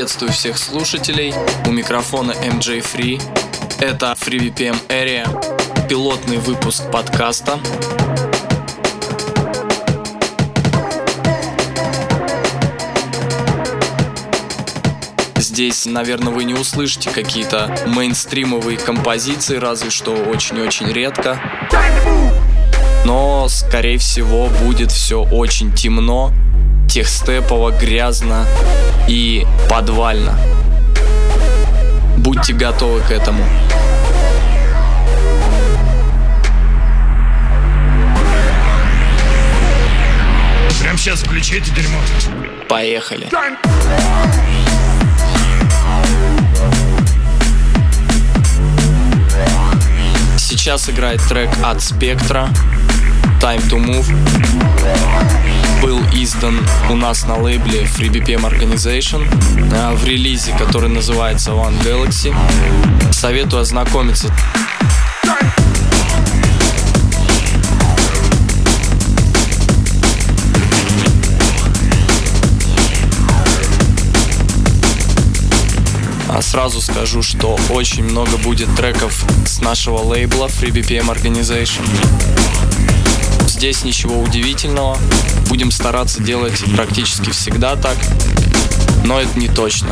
Приветствую всех слушателей, у микрофона MJ Free. Это FreeBPM Area, пилотный выпуск подкаста. Здесь, наверное, вы не услышите какие-то мейнстримовые композиции, разве что очень-очень редко. Но, скорее всего, будет все очень темно, техстепово, грязно и подвально. Будьте готовы к этому. Прямо сейчас включи это дерьмо. Поехали. Сейчас играет трек от Spectra Time to Move. Был издан у нас на лейбле FreeBPM Organization в релизе, который называется One Galaxy. Советую ознакомиться. Сразу скажу, что очень много будет треков с нашего лейбла FreeBPM Organization. Здесь ничего удивительного. Будем стараться делать практически всегда так. Но это не точно.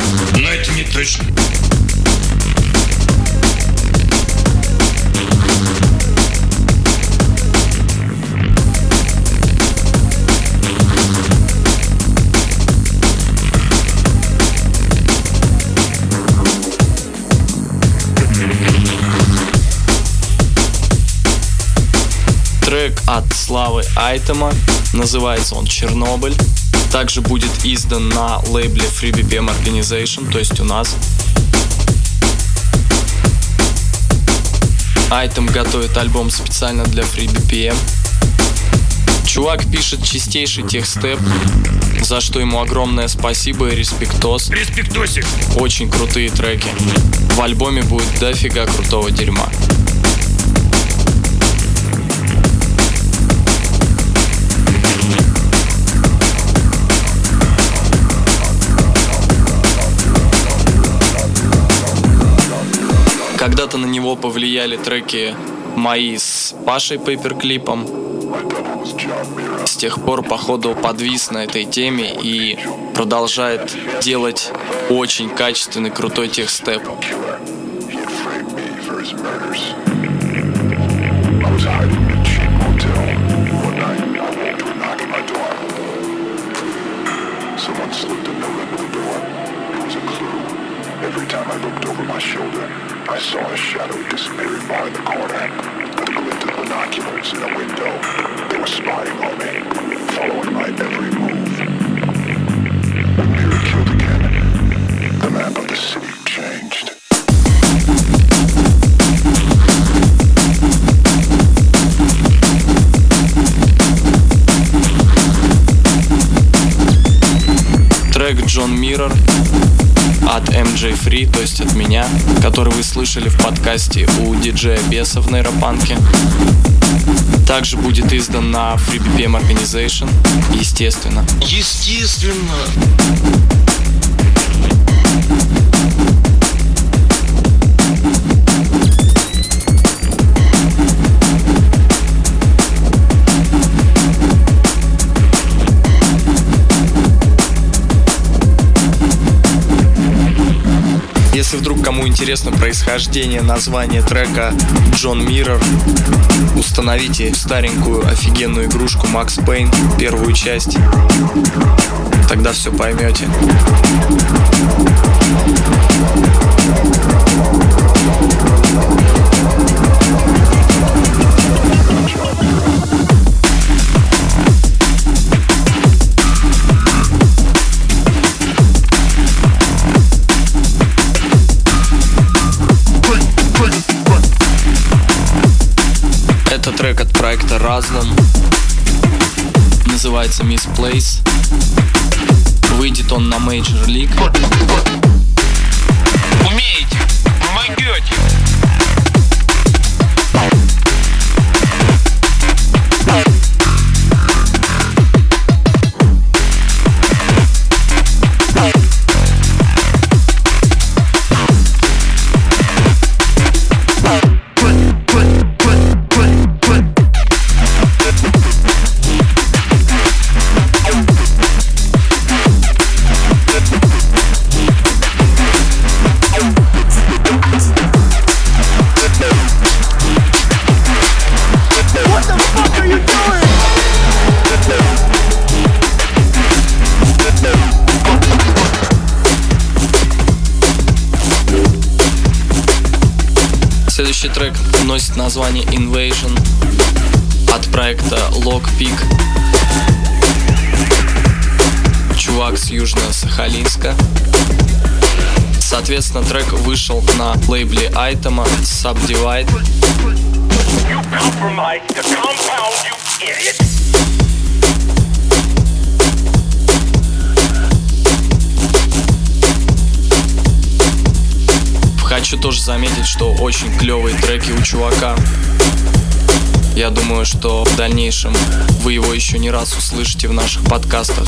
Трек от Славы Айтема, называется он «Чернобыль». Также будет издан на лейбле FreeBPM Organization, то есть у нас. Айтем готовит альбом специально для FreeBPM. Чувак пишет чистейший техстеп, за что ему огромное спасибо и респектос. Респектосик. Очень крутые треки. В альбоме будет дофига крутого дерьма. Когда-то на него повлияли треки мои с Пашей Пейперклипом. С тех пор, походу, подвис на этой теме и продолжает делать очень качественный, крутой техстеп. I saw a shadow disappearing behind the corner. The glint of binoculars in a window. They were spying on me, following my every move. The mirror killed again. The map of the city changed. Трек John Mirror от MJ Free, то есть от меня, который вы слышали в подкасте у диджея Беса в нейропанке. Также будет издан на FreeBPM Organization, естественно. Если вдруг кому интересно происхождение названия трека John Mirror, установите старенькую офигенную игрушку Max Payne, первую часть. Тогда все поймете. Это трек от проекта Razlom. Называется Misplace. Выйдет он на Major League. Умеете, помогете. Следующий трек носит название Invasion от проекта Lockpick. Чувак с Южно-Сахалинска. Соответственно, трек вышел на лейбле Айтема Subdivide. Хочу тоже заметить, что очень клевые треки у чувака. Я думаю, что в дальнейшем вы его еще не раз услышите в наших подкастах.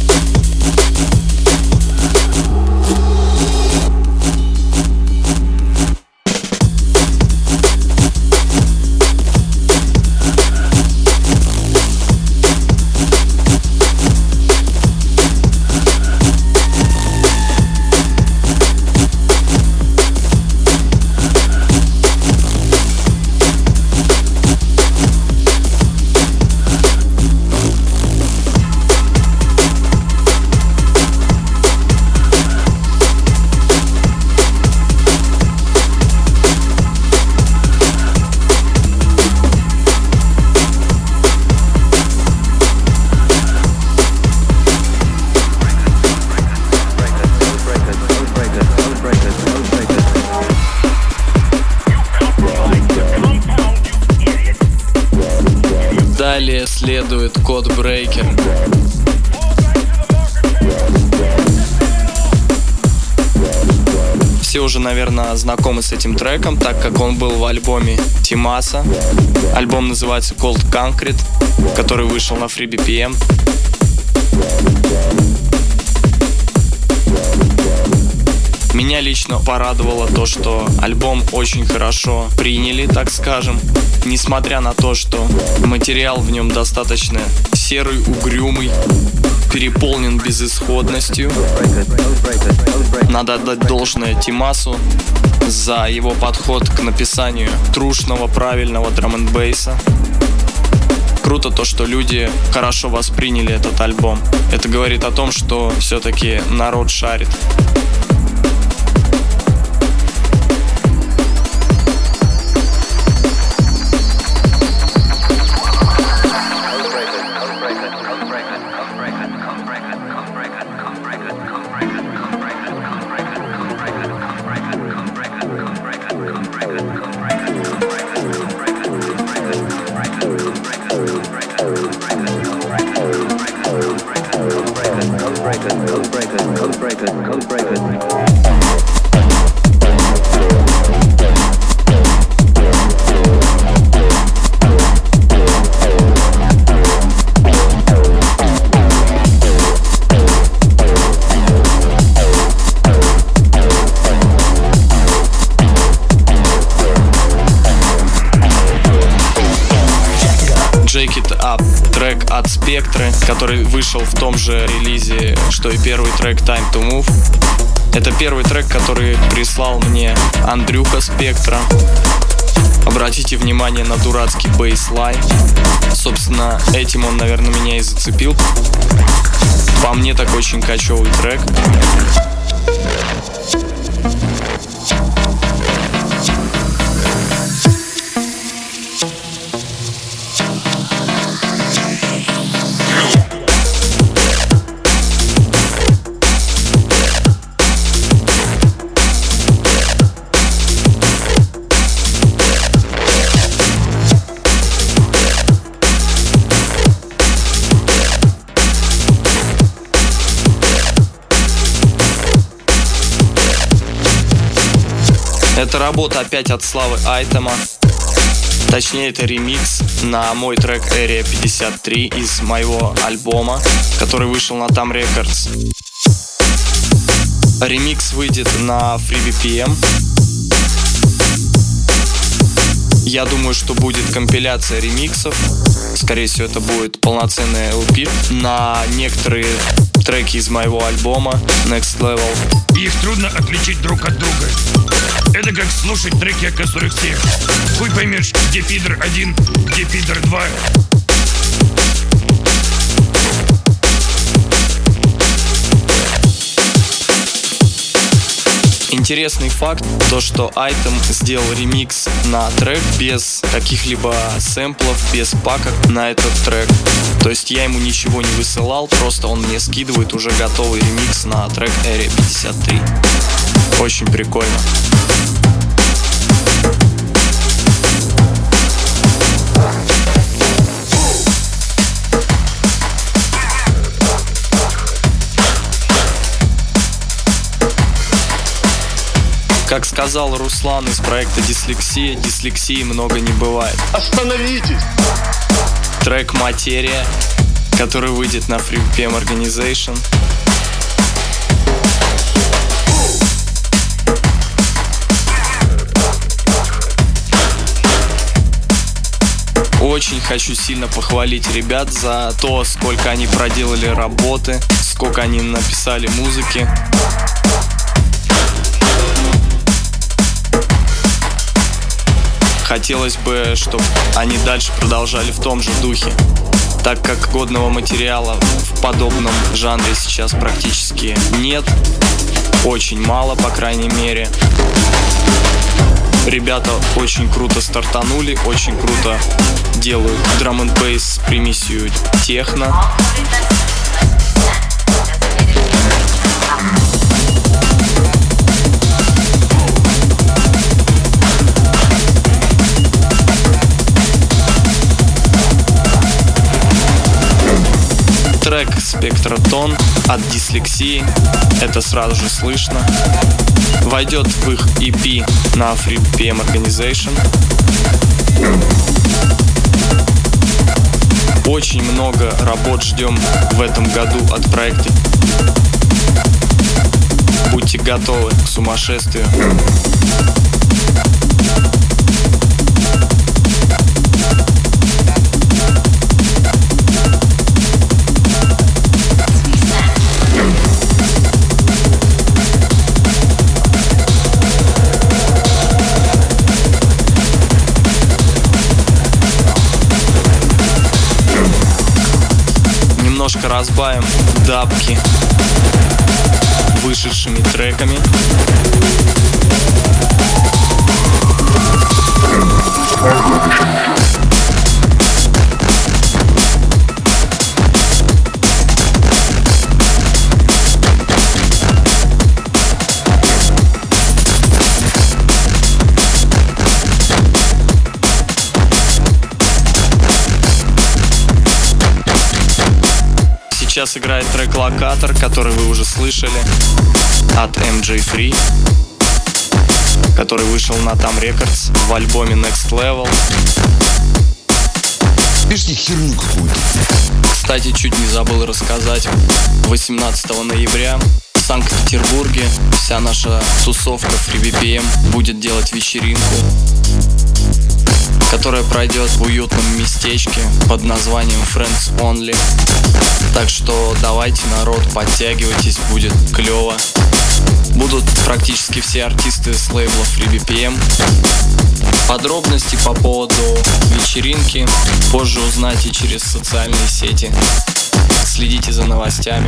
Далее следует Codebreaker. Все уже, наверное, знакомы с этим треком, так как он был в альбоме Тимаса. Альбом называется Cold Concrete, который вышел на FreeBPM. Меня лично порадовало то, что альбом очень хорошо приняли, так скажем. Несмотря на то, что материал в нем достаточно серый, угрюмый, переполнен безысходностью. Надо отдать должное Тимасу за его подход к написанию трушного, правильного драм-н-бейса. Круто то, что люди хорошо восприняли этот альбом. Это говорит о том, что все-таки народ шарит. Jack It Up, трек от Spectre, который вышел в том же релизе, что и первый трек Time to Move. Это первый трек, который прислал мне Андрюха Spectre. Обратите внимание на дурацкий бейслайн. Собственно, этим он, наверное, меня и зацепил. По мне, так очень качевый трек. Это работа опять от Славы Айтема. Точнее, это ремикс на мой трек Area 53 из моего альбома, который вышел на Tam Records. Ремикс выйдет на FreeBPM. Я думаю, что будет компиляция ремиксов. Скорее всего, это будет полноценная LP на некоторые треки из моего альбома Next Level. Их трудно отличить друг от друга. Это как слушать треки АК-47. Хуй поймешь, где пидор 1, где пидор 2. Интересный факт, то что Item сделал ремикс на трек без каких-либо сэмплов, без паков на этот трек. То есть я ему ничего не высылал, просто он мне скидывает уже готовый ремикс на трек Area 53. Очень прикольно. Как сказал Руслан из проекта Дислексия, дислексии много не бывает. Остановитесь! Трек «Материя», который выйдет на FreeBPM Organization. Очень хочу сильно похвалить ребят за то, сколько они проделали работы, сколько они написали музыки. Хотелось бы, чтобы они дальше продолжали в том же духе, так как годного материала в подобном жанре сейчас практически нет, очень мало, по крайней мере. Ребята очень круто стартанули, очень круто делают драм-н-бейс с примесью техно. Трек «Спектротон» от Дислексии, это сразу же слышно, войдет в их EP на FreeBPM Organization. Очень много работ ждем в этом году от проекта. Будьте готовы к сумасшествию. Немножко разбавим дабки вышедшими треками. Сейчас играет трек «Локатор», который вы уже слышали, от MJ Free, который вышел на Там Records в альбоме Next Level. Пишите херню какую-то. Кстати, чуть не забыл рассказать, 18 ноября в Санкт-Петербурге вся наша тусовка FreeBPM будет делать вечеринку, которая пройдет в уютном местечке под названием Friends Only. Так что давайте, народ, подтягивайтесь, будет клево. Будут практически все артисты с лейбла FreeBPM. Подробности по поводу вечеринки позже узнаете через социальные сети. Следите за новостями.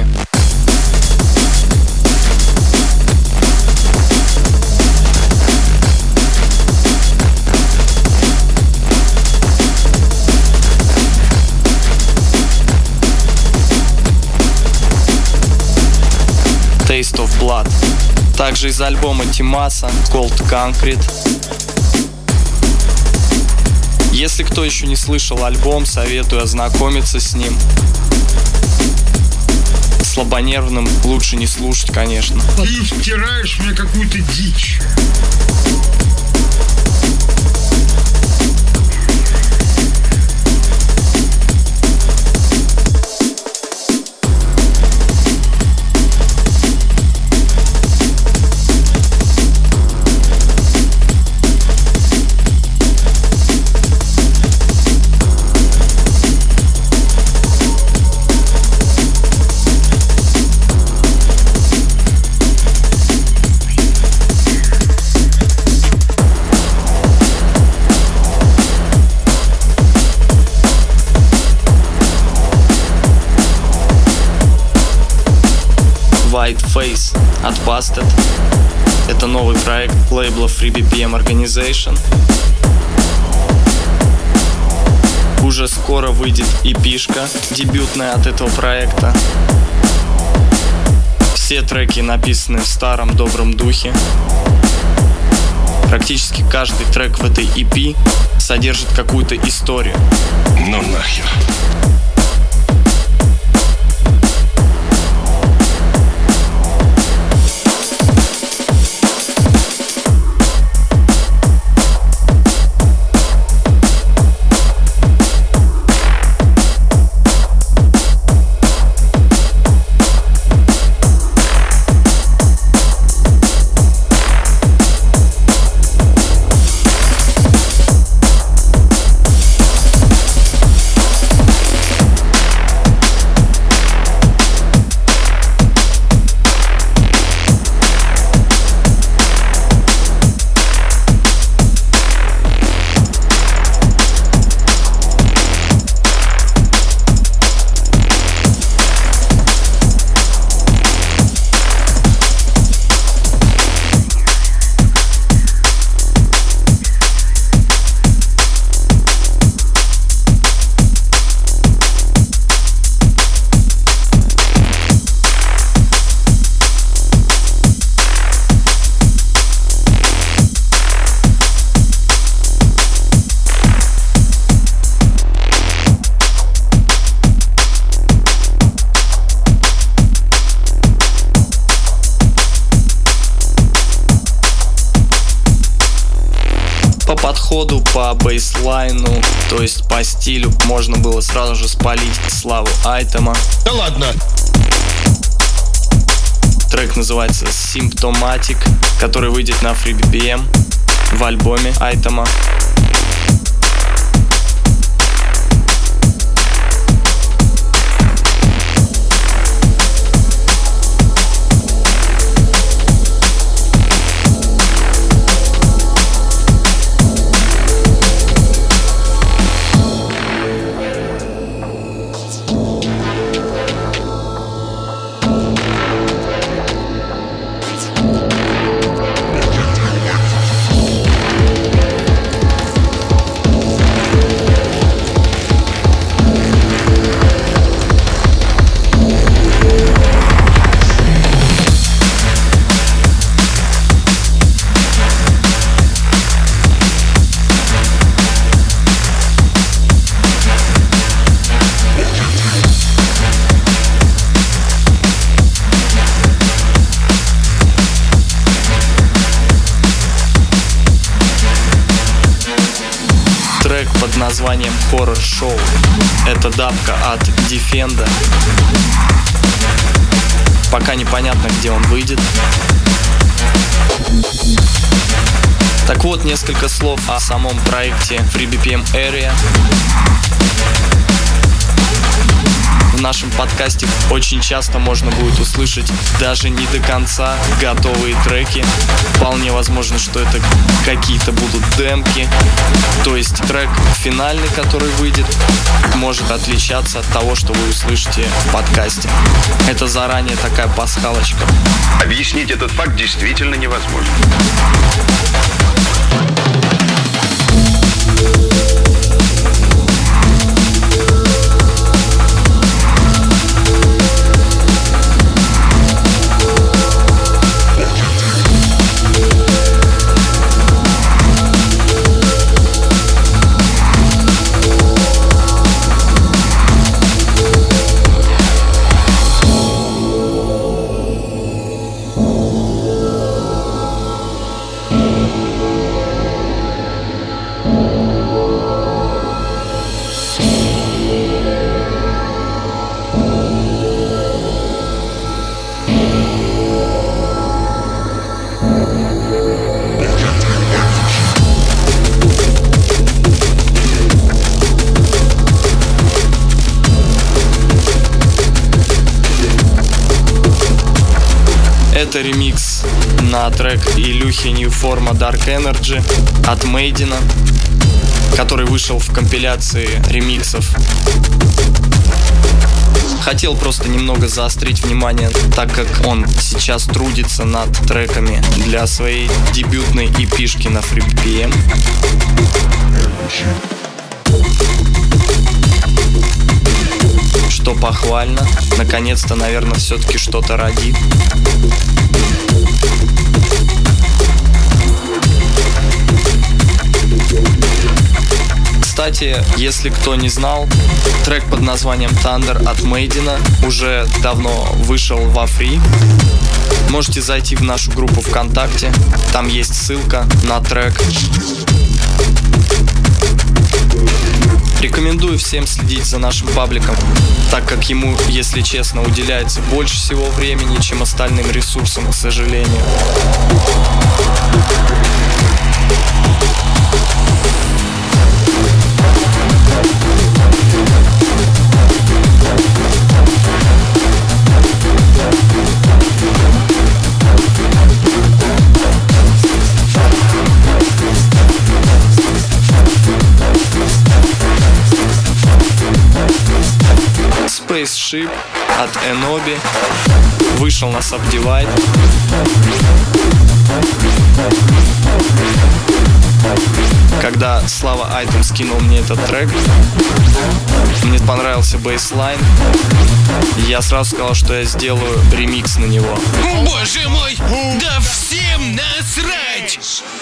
Taste of Blood. Также из альбома Тимаса Cold Concrete. Если кто еще не слышал альбом, советую ознакомиться с ним. Слабонервным лучше не слушать, конечно. Ты втираешь мне какую-то дичь. White Face от Busted. Это новый проект лейбла Free BPM Organization. Уже скоро выйдет EP-шка, дебютная от этого проекта. Все треки написаны в старом добром духе. Практически каждый трек в этой EP содержит какую-то историю. Ну нахер. По подходу, по бейслайну, то есть по стилю, можно было сразу же спалить славу Айтема. Да ладно. Трек называется Symptomatic, который выйдет на Free BPM в альбоме Айтема. Трек под названием Horror Show. Это дабка от Defenda. Пока непонятно, где он выйдет. Так вот, несколько слов о самом проекте Free BPM Area. В нашем подкасте очень часто можно будет услышать даже не до конца готовые треки. Вполне возможно, что это какие-то будут демки. То есть трек финальный, который выйдет, может отличаться от того, что вы услышите в подкасте. Это заранее такая пасхалочка. Объяснить этот факт действительно невозможно. Это ремикс на трек Илюхи New Forma Dark Energy от Мейдина, который вышел в компиляции ремиксов Хотел просто немного заострить внимание, так как он сейчас трудится над треками для своей дебютной EP-шки на FreeBPM. Что похвально. Наконец-то, наверное, все-таки что-то родит. Кстати, если кто не знал, трек под названием Thunder от Мейдена уже давно вышел во фри. Можете зайти в нашу группу ВКонтакте, там есть ссылка на трек. Рекомендую всем следить за нашим пабликом, так как ему, если честно, уделяется больше всего времени, чем остальным ресурсам, к сожалению. Spaceship от Enobi вышел на Subdivide. Когда Слава Айтем скинул мне этот трек, мне понравился бейслайн. Я сразу сказал, что я сделаю ремикс на него. Боже мой, да всем насрать!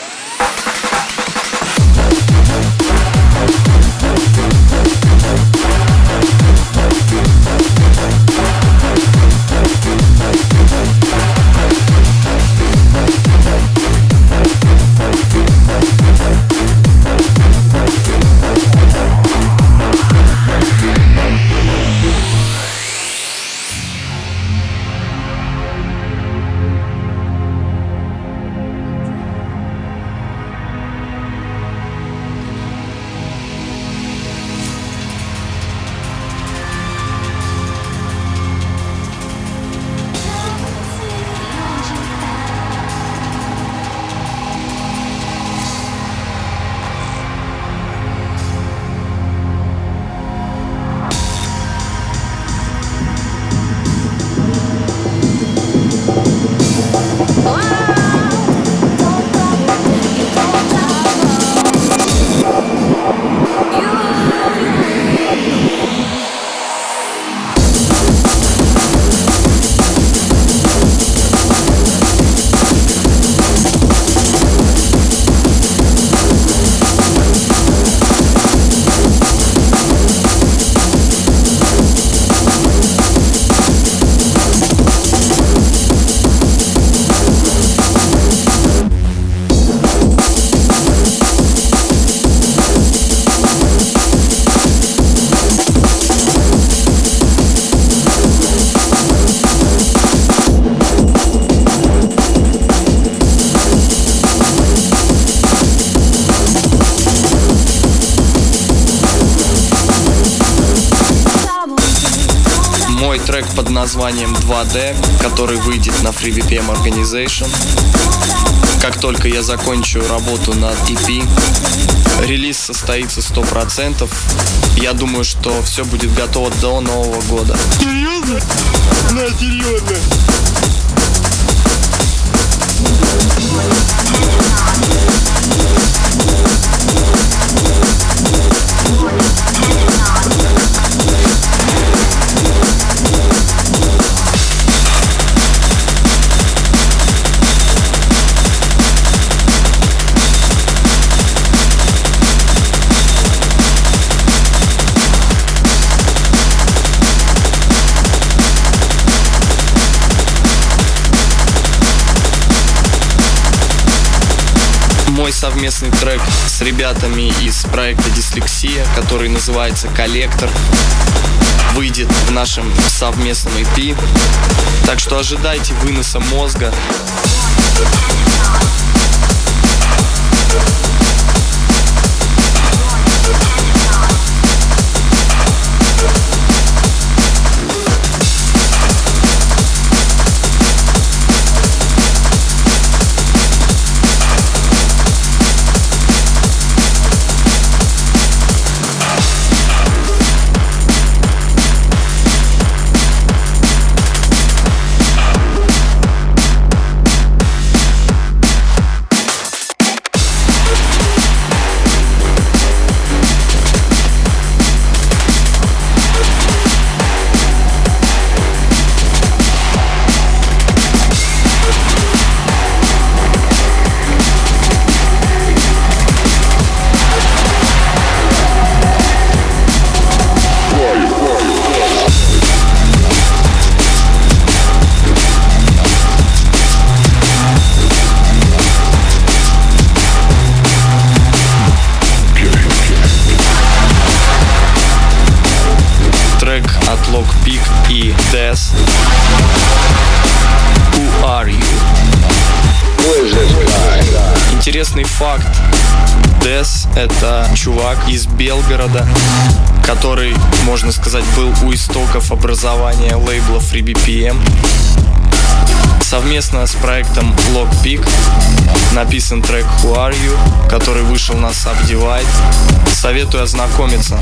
Трек под названием 2D, который выйдет на FreeBPM Organization. Как только я закончу работу над EP, релиз состоится 100%. Я думаю, что все будет готово до Нового года. Серьезно? Да, серьезно. Мой совместный трек с ребятами из проекта Дислексия, который называется «Коллектор», выйдет в нашем совместном EP. Так что ожидайте выноса мозга. факт. Дес — это чувак из Белгорода, который, можно сказать, был у истоков образования лейбла FreeBPM. Совместно с проектом Lockpick написан трек Who Are You, который вышел на Subdivide. Советую ознакомиться.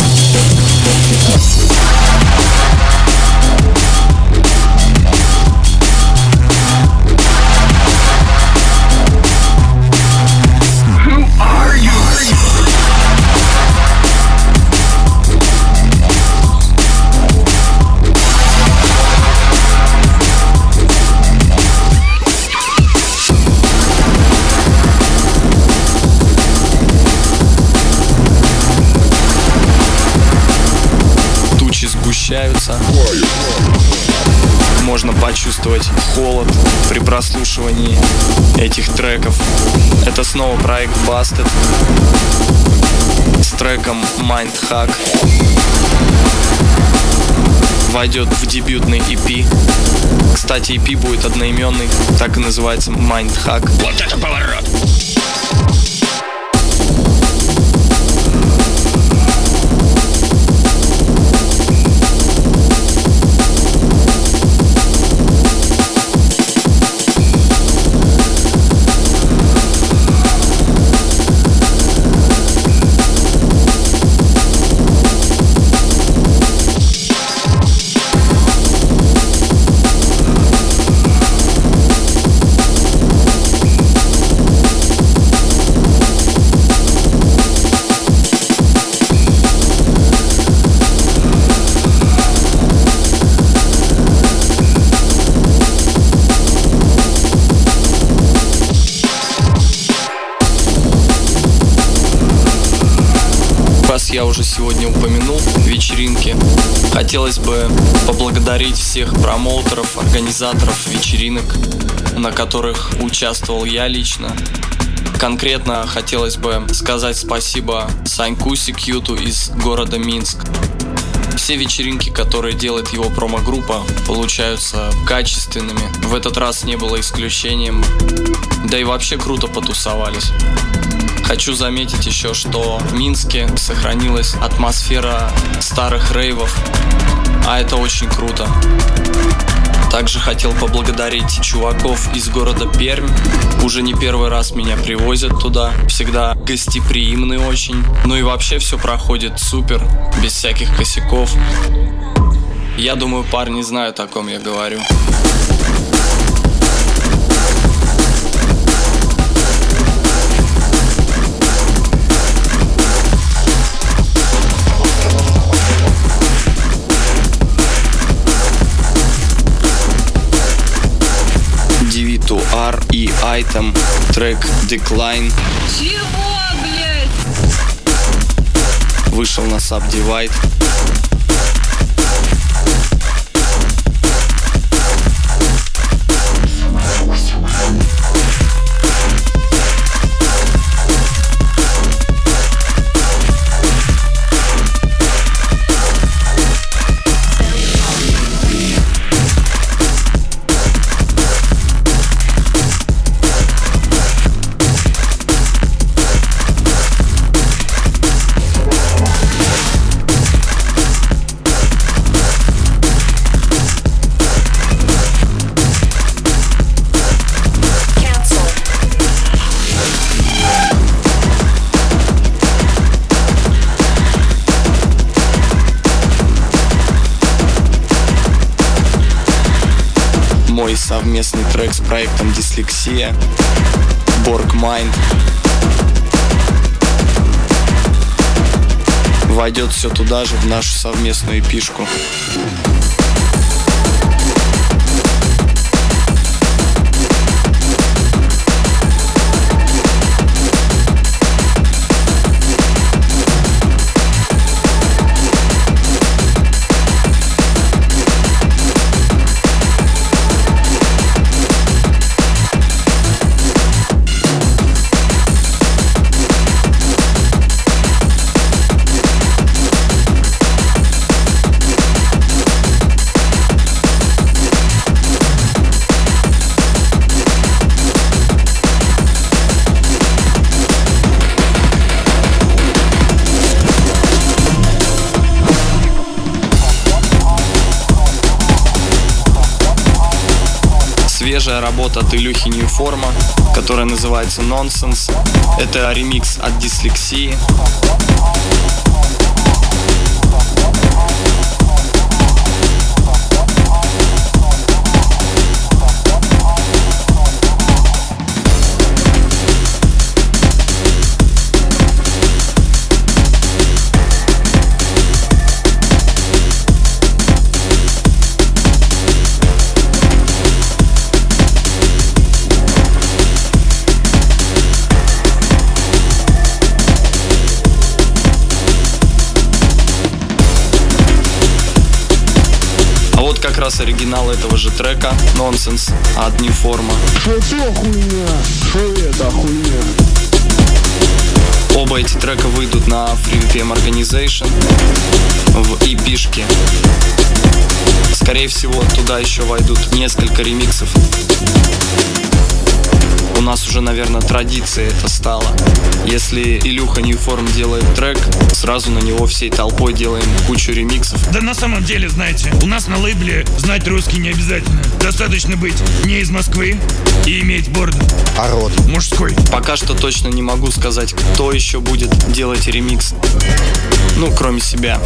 Сгущаются. Можно почувствовать холод при прослушивании этих треков. Это снова проект Busted с треком Mind Hack. Войдет в дебютный EP. Кстати, EP будет одноименный, так и называется Mind Hack. Вот это поворот! Я уже сегодня упомянул вечеринки. Хотелось бы поблагодарить всех промоутеров, организаторов вечеринок, на которых участвовал я лично. Конкретно хотелось бы сказать спасибо Саньку Секьюту из города Минск. Все вечеринки, которые делает его промо-группа, получаются качественными. В этот раз не было исключением. Да и вообще круто потусовались. Хочу заметить еще, что в Минске сохранилась атмосфера старых рейвов, а это очень круто. Также хотел поблагодарить чуваков из города Пермь. Уже не первый раз меня привозят туда. Всегда гостеприимны очень. Ну и вообще все проходит супер, без всяких косяков. Я думаю, парни знают, о ком я говорю. D2R и Item, трек Decline. Чего, блять? Вышел на Subdivide. Мой совместный трек с проектом Dyslexia, Borg Mind. Войдет все туда же, в нашу совместную эпишку. свежая работа от Илюхи Ньюформа, которая называется Nonsense. Это ремикс от Дислексии. Как раз оригинал этого же трека Nonsense от Ньюформа. Что хуйня? Что это хуйня? Оба эти трека выйдут на FreeBPM Organization в EP-шке. Скорее всего, туда еще войдут несколько ремиксов. У нас уже, наверное, традицией это стало. Если Илюха Ньюформ делает трек, сразу на него всей толпой делаем кучу ремиксов. Да на самом деле, знаете, у нас на лейбле знать русский не обязательно. Достаточно быть не из Москвы и иметь борду. А род? Мужской. Пока что точно не могу сказать, кто еще будет делать ремикс. Ну, кроме себя.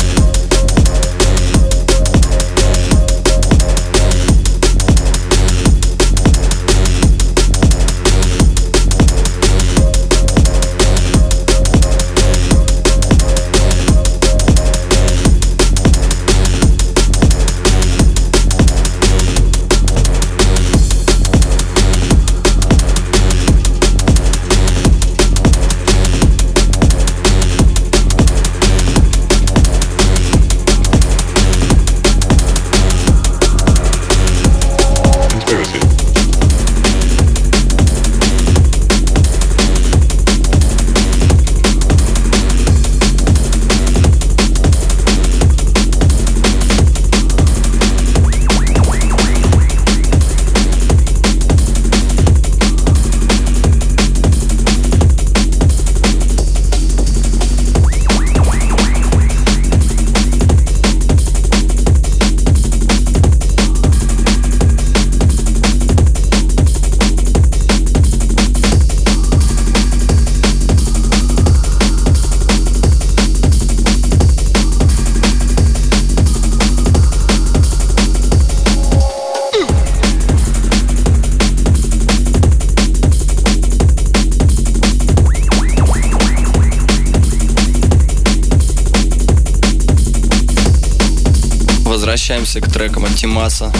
Возвращаемся к трекам от Тимаса.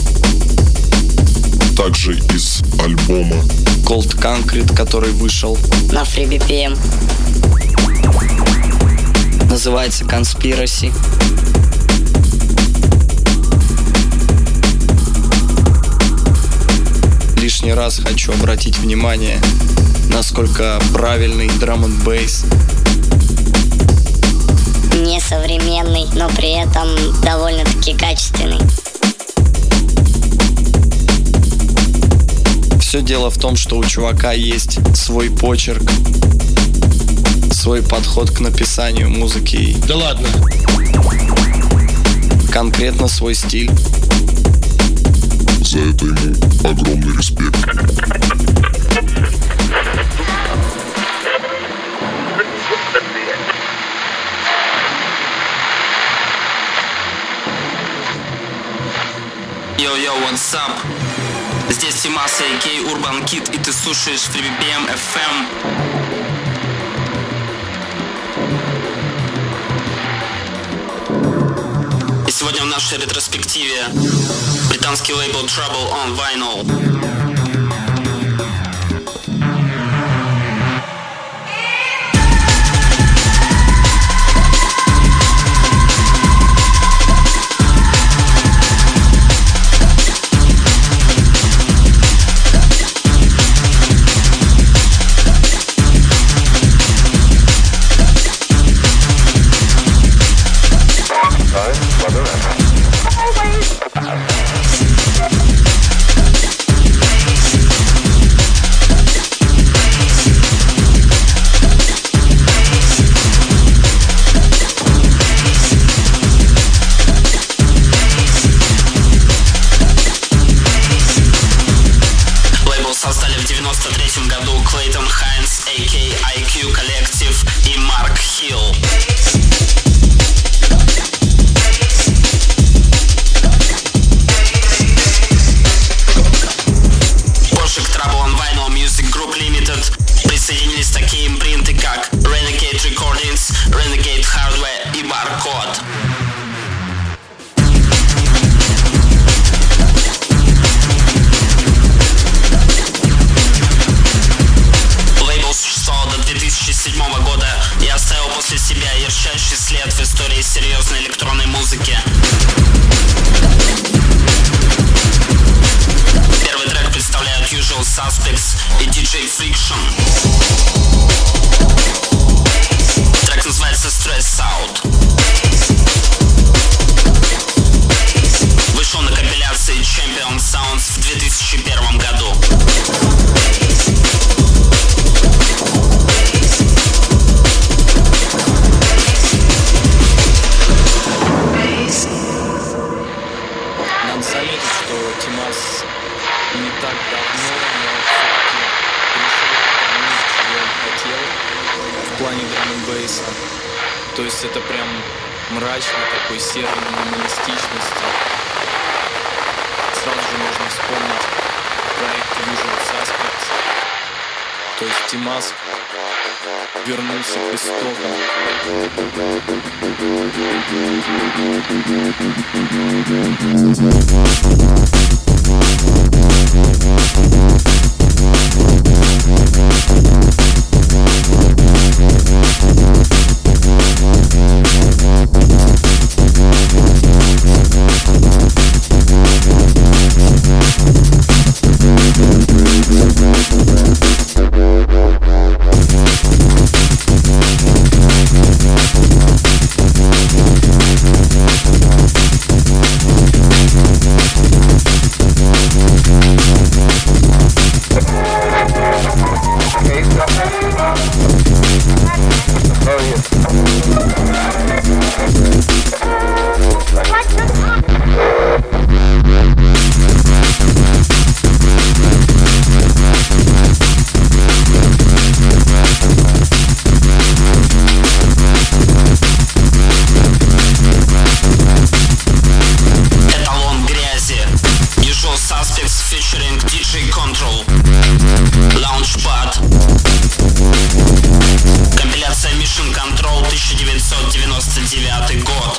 Также из альбома Cold Concrete, который вышел на FreeBPM. Называется Conspiracy. Лишний раз хочу обратить внимание, насколько правильный драм-н-бейс. Несовременный, но при этом довольно-таки качественный. Все дело в том, что у чувака есть свой почерк, свой подход к написанию музыки. Да ладно. Конкретно свой стиль. За это ему огромный респект. Йо-йо, what's up? Здесь Тимаса, а.к.а. Urban Kid, и ты слушаешь FreeBPM FM. И сегодня в нашей ретроспективе британский лейбл Trouble on Vinyl. как Renegade Recordings, Renegade Hardware и Barcode. Лейбл существовал до 2007 года и оставил после себя ярчайший след в истории серьезной электронной музыки. Первый трек представляют Usual Suspects и DJ Friction. Трек называется Stress Out. Вышел на компиляции Champion Sounds в 2001 году. Надо заметить, что Тимас не так давно, но все-таки пришел к тому, чего он хотел в плане драм-н-бейса. То есть это прям мрачный такой серый минималистичности. Сразу же можно вспомнить проект Usual Suspects. То есть Тимас вернулся к истокам. Компиляция Mission Control 1999 год.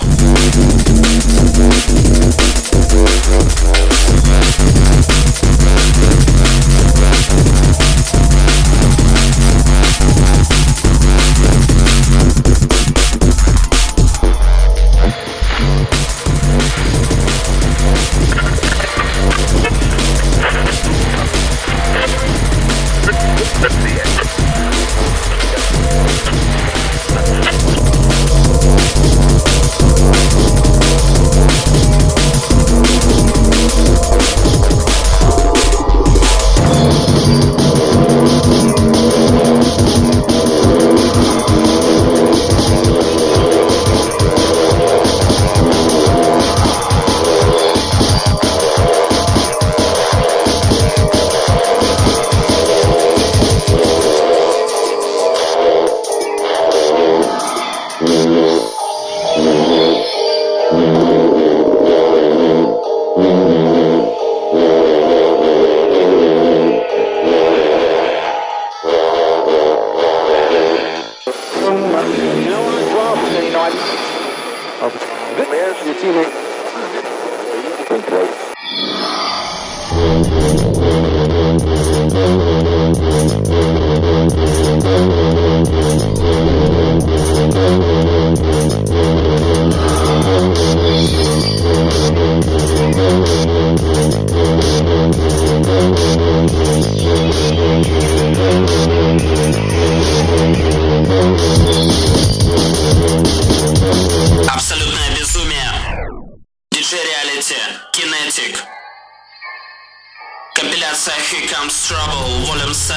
Абсолютное безумие. DJ Reality, Kinetic. Компиляция Here Comes Trouble, Volume 7.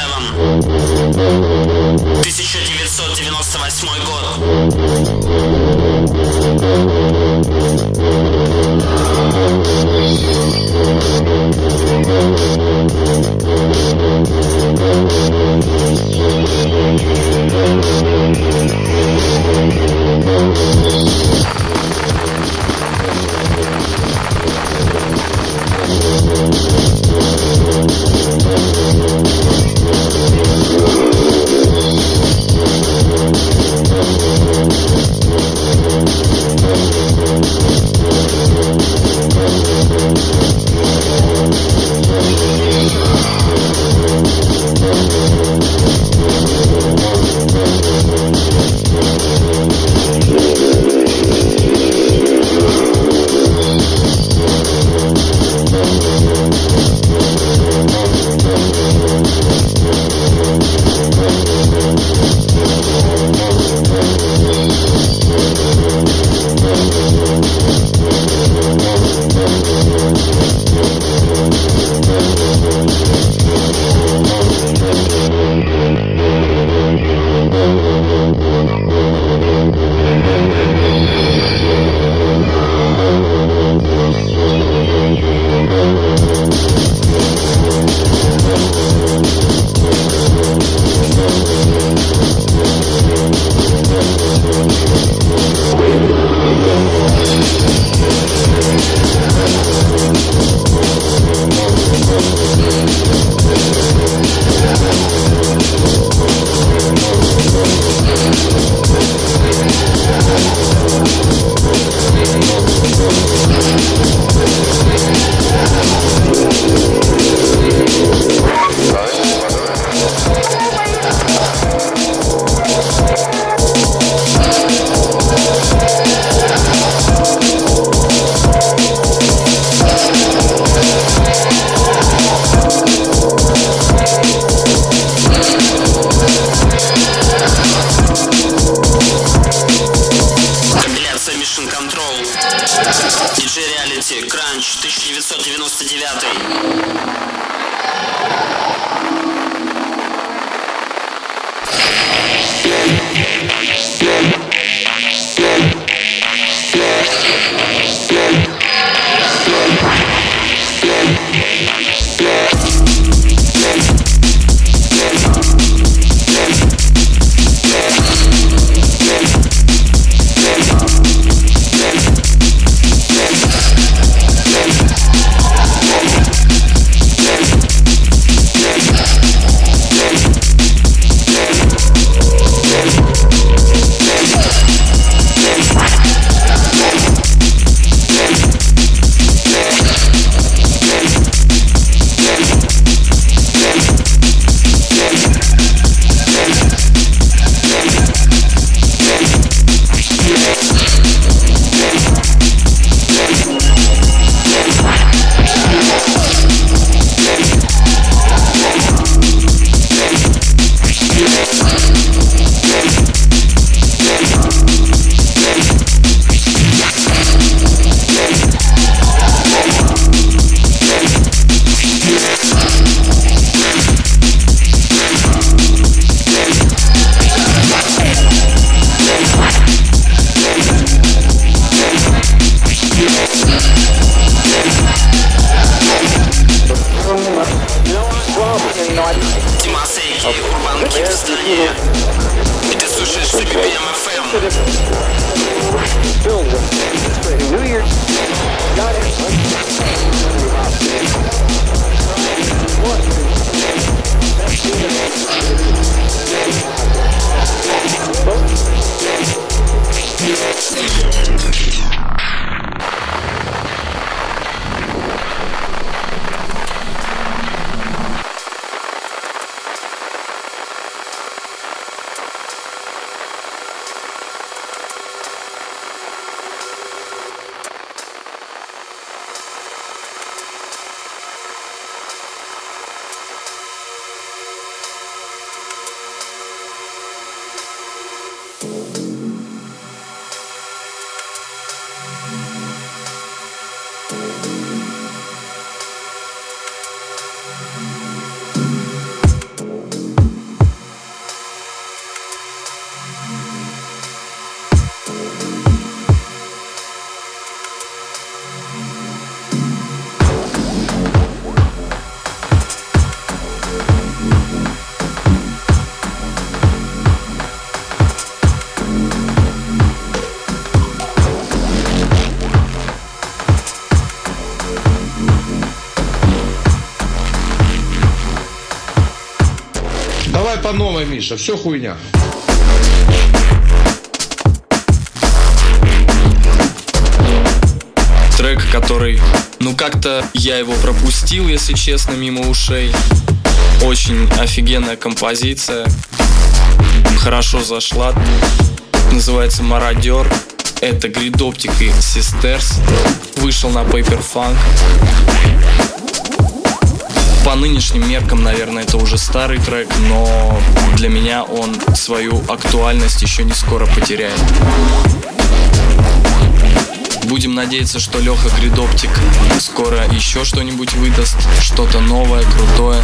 1998 год. Давай по новой, Миша, все хуйня. Трек, который, как-то я его пропустил, если честно, мимо ушей. Очень офигенная композиция, хорошо зашла. Называется «Мародер». Это Grid Optic и Sisters. Вышел на Paper Funk. По нынешним меркам, наверное, это уже старый трек, но для меня он свою актуальность еще не скоро потеряет. Будем надеяться, что Леха Grid Optic скоро еще что-нибудь выдаст, что-то новое, крутое.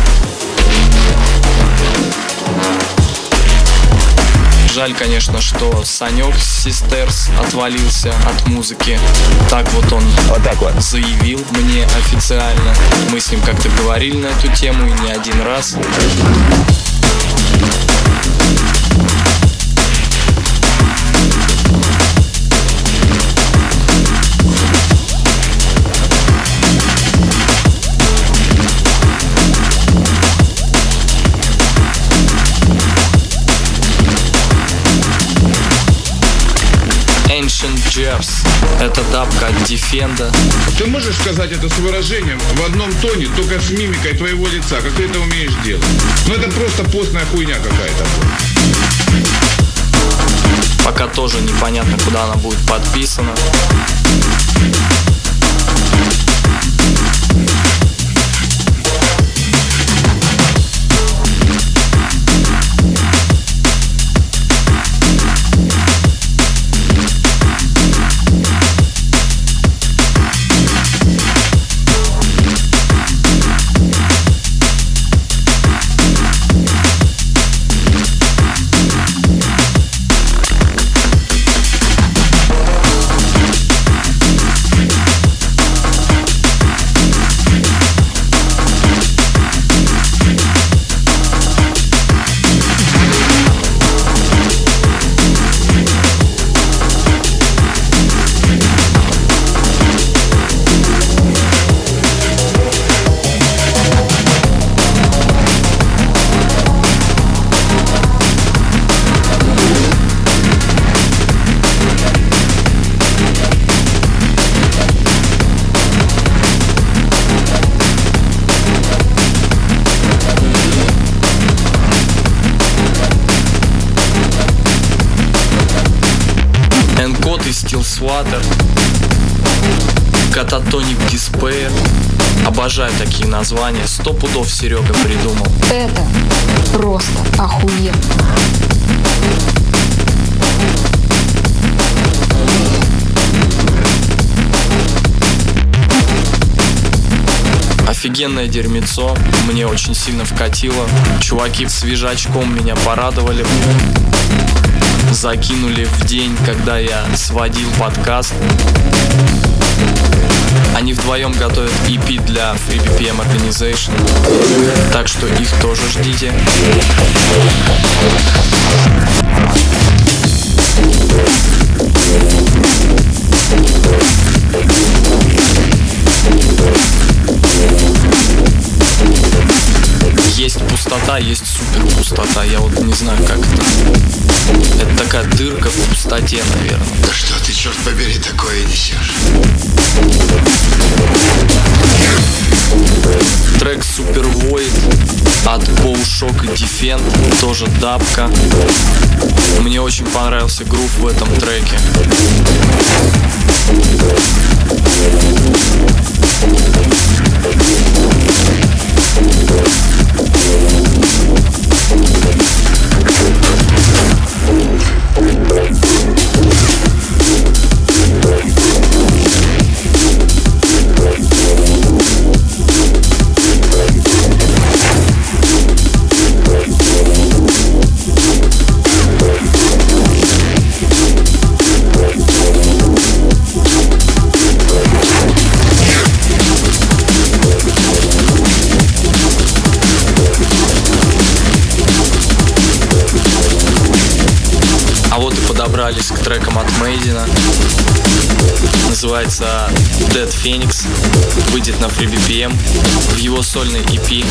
Жаль, конечно, что Санек Sisters отвалился от музыки. Так вот он заявил мне официально. Мы с ним как-то говорили на эту тему и не один раз. Ancient Jers. Это дабка от Defenda. Ты можешь сказать это с выражением в одном тоне, только с мимикой твоего лица, как ты это умеешь делать? Ну это просто постная хуйня какая-то. Пока тоже непонятно, куда она будет подписана. Энкод и Steel Swatter, Catatonic Despair. Обожаю такие названия. 100 пудов Серега придумал. Это просто охуенно. Офигенное дерьмецо, мне очень сильно вкатило. Чуваки свежачком меня порадовали. Закинули в день, когда я сводил подкаст. Они вдвоем готовят EP для FreeBPM Organization, так что их тоже ждите. Есть пустота, есть супер пустота. Я вот не знаю, как это. Это такая дырка в пустоте, наверное. Да что ты, черт побери, такое несешь? Трек Super Void от Bowshock и Defend, тоже дабка. Мне очень понравился грув в этом треке. Подобрались к трекам от Мейдина. Называется Dead Phoenix. Выйдет на FreeBPM в его сольной EP.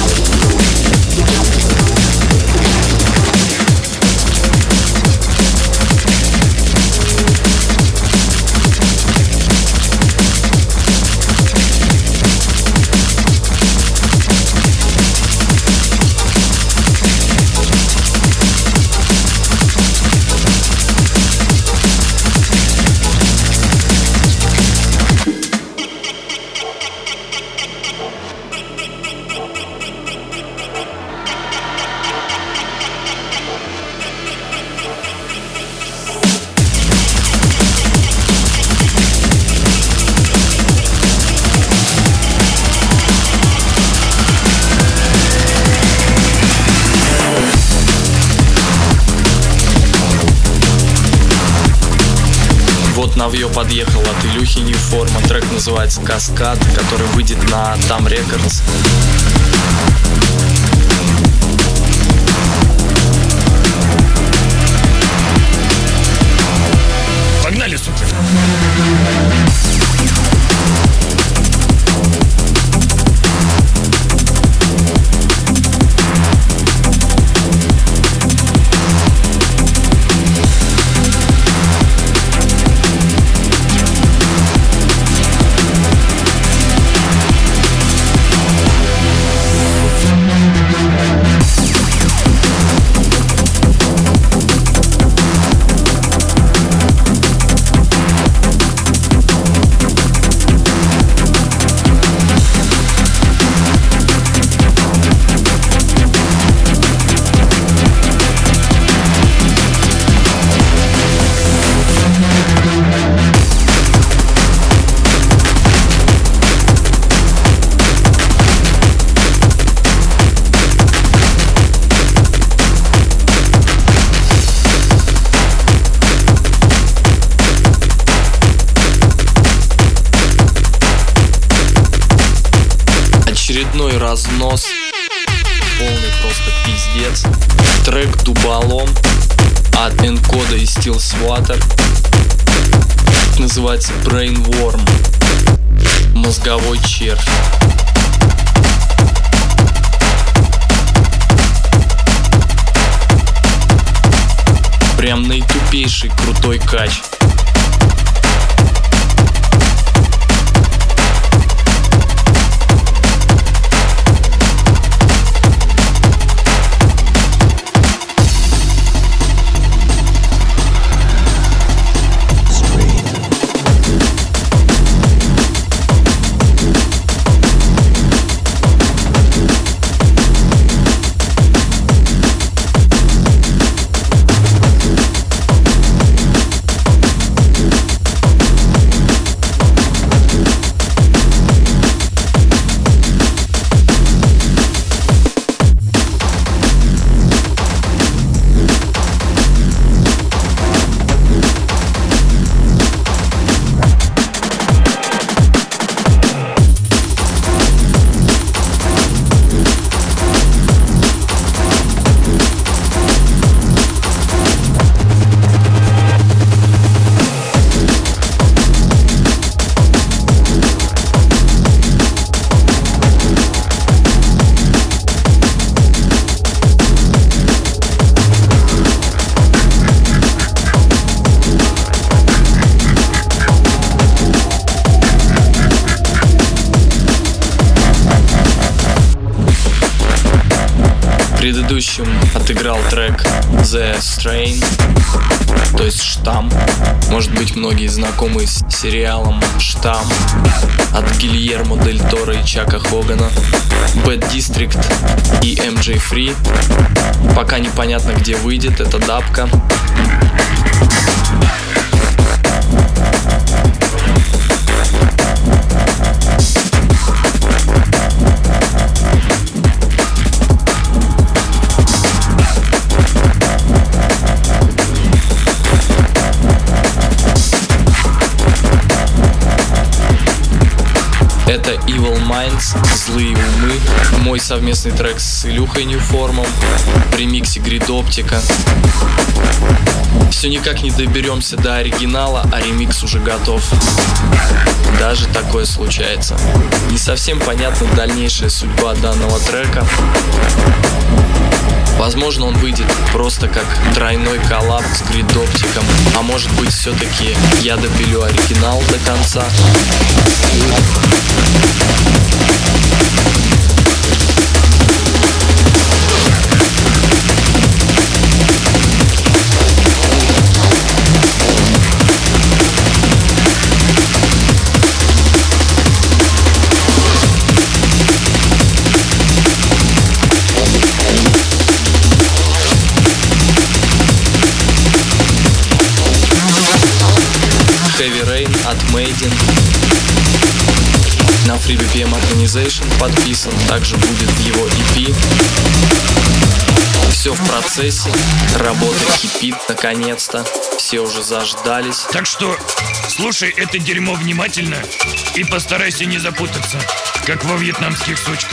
Навье подъехал от Илюхи Ньюформа. Трек называется «Каскад», который выйдет на Там Records. Погнали, сука! Очередной разнос, полный просто пиздец. Трек «Дуболом» от Энкода и Steel Swatter. Называется Brainworm. Мозговой червь. Прям наитупейший крутой кач. Straight будущем отыграл трек The Strain, то есть «Штамм». Может быть, многие знакомы с сериалом «Штамм» от Гильермо Дель Торо и Чака Хогана, Bad District и MJ Free. Пока непонятно, где выйдет эта дабка. Это Evil Minds, Злые умы, мой совместный трек с Илюхой Ньюформом в ремиксе Grid Optica. Все никак не доберемся до оригинала, а ремикс уже готов. Даже такое случается. Не совсем понятна дальнейшая судьба данного трека. Возможно, он выйдет просто как тройной коллаб с Grid Optica, а может быть, все-таки я допилю оригинал до конца. Heavy Rain от Maiden на Free BPM Organization подписан, также будет в его EP. Все в процессе, работа кипит наконец-то, все уже заждались. Так что слушай это дерьмо внимательно и постарайся не запутаться, как во вьетнамских сучках.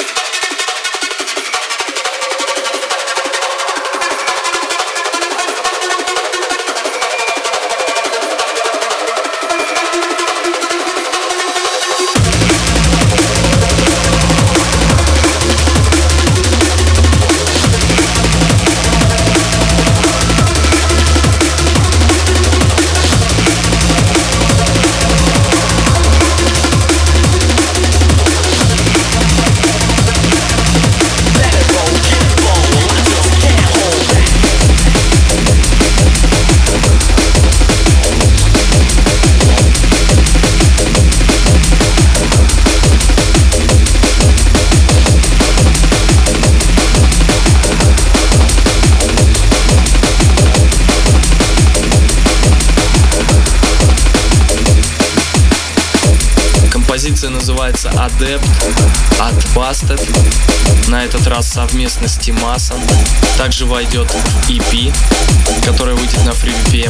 Композиция называется Adept от Busted, на этот раз совместно с Тимасом. Также войдет в EP, которая выйдет на Free BPM.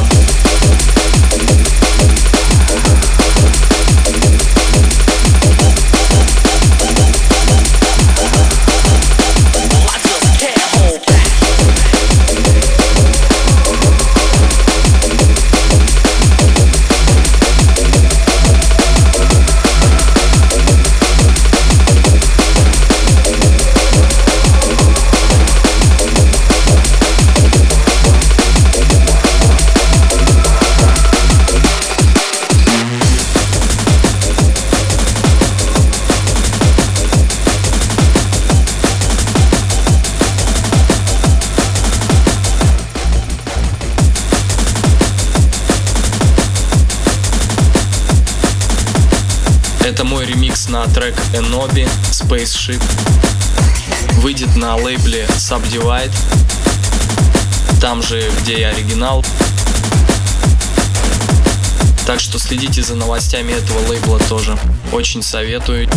Это мой ремикс на трек Enobi Spaceship. Выйдет на лейбле Subdivide, там же, где и оригинал. Так что следите за новостями этого лейбла тоже. Очень советую.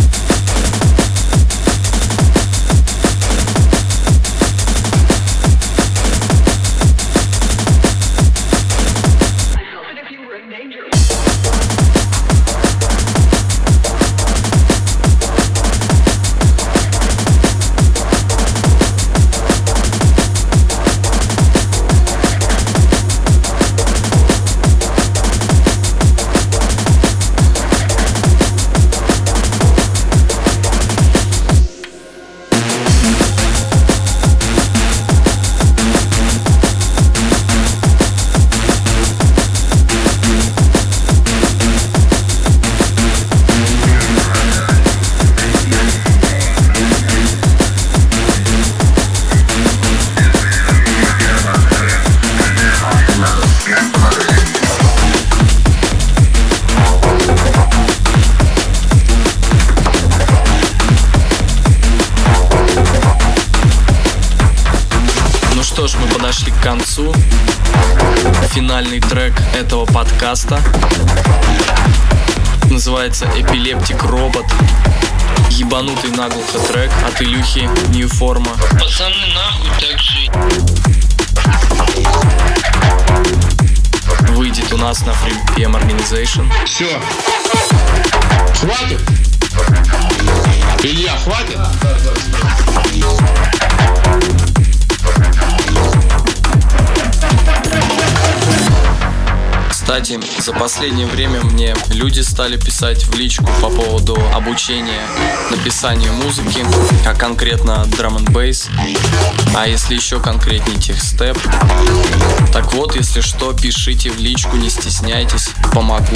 финальный трек этого подкаста. Называется Epileptic Robot. Ебанутый наглухо трек от Илюхи Ньюформа. Пацаны, нахуй так жить. Выйдет у нас на Free BPM Organization. Все. Хватит? Илья, хватит? Кстати, за последнее время мне люди стали писать в личку по поводу обучения написанию музыки, а конкретно drum and bass, а если еще конкретнее техстеп. Так вот, если что, пишите в личку, не стесняйтесь, помогу.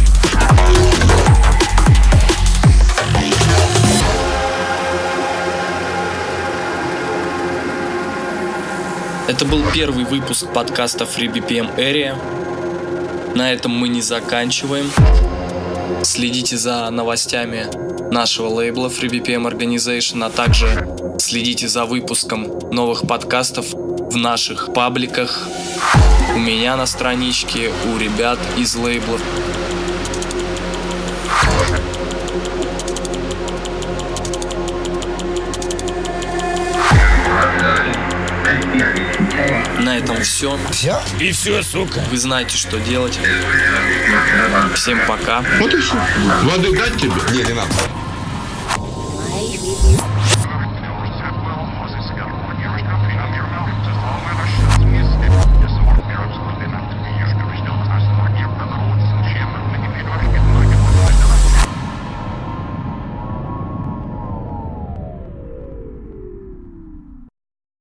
Это был первый выпуск подкаста Free BPM Area. На этом мы не заканчиваем. Следите за новостями нашего лейбла Free BPM Organization, а также следите за выпуском новых подкастов в наших пабликах. У меня на страничке, у ребят из лейблов. На этом все. Все? И все, сука. Вы знаете, что делать. Всем пока. Вот и все. Воды дать тебе? Не надо.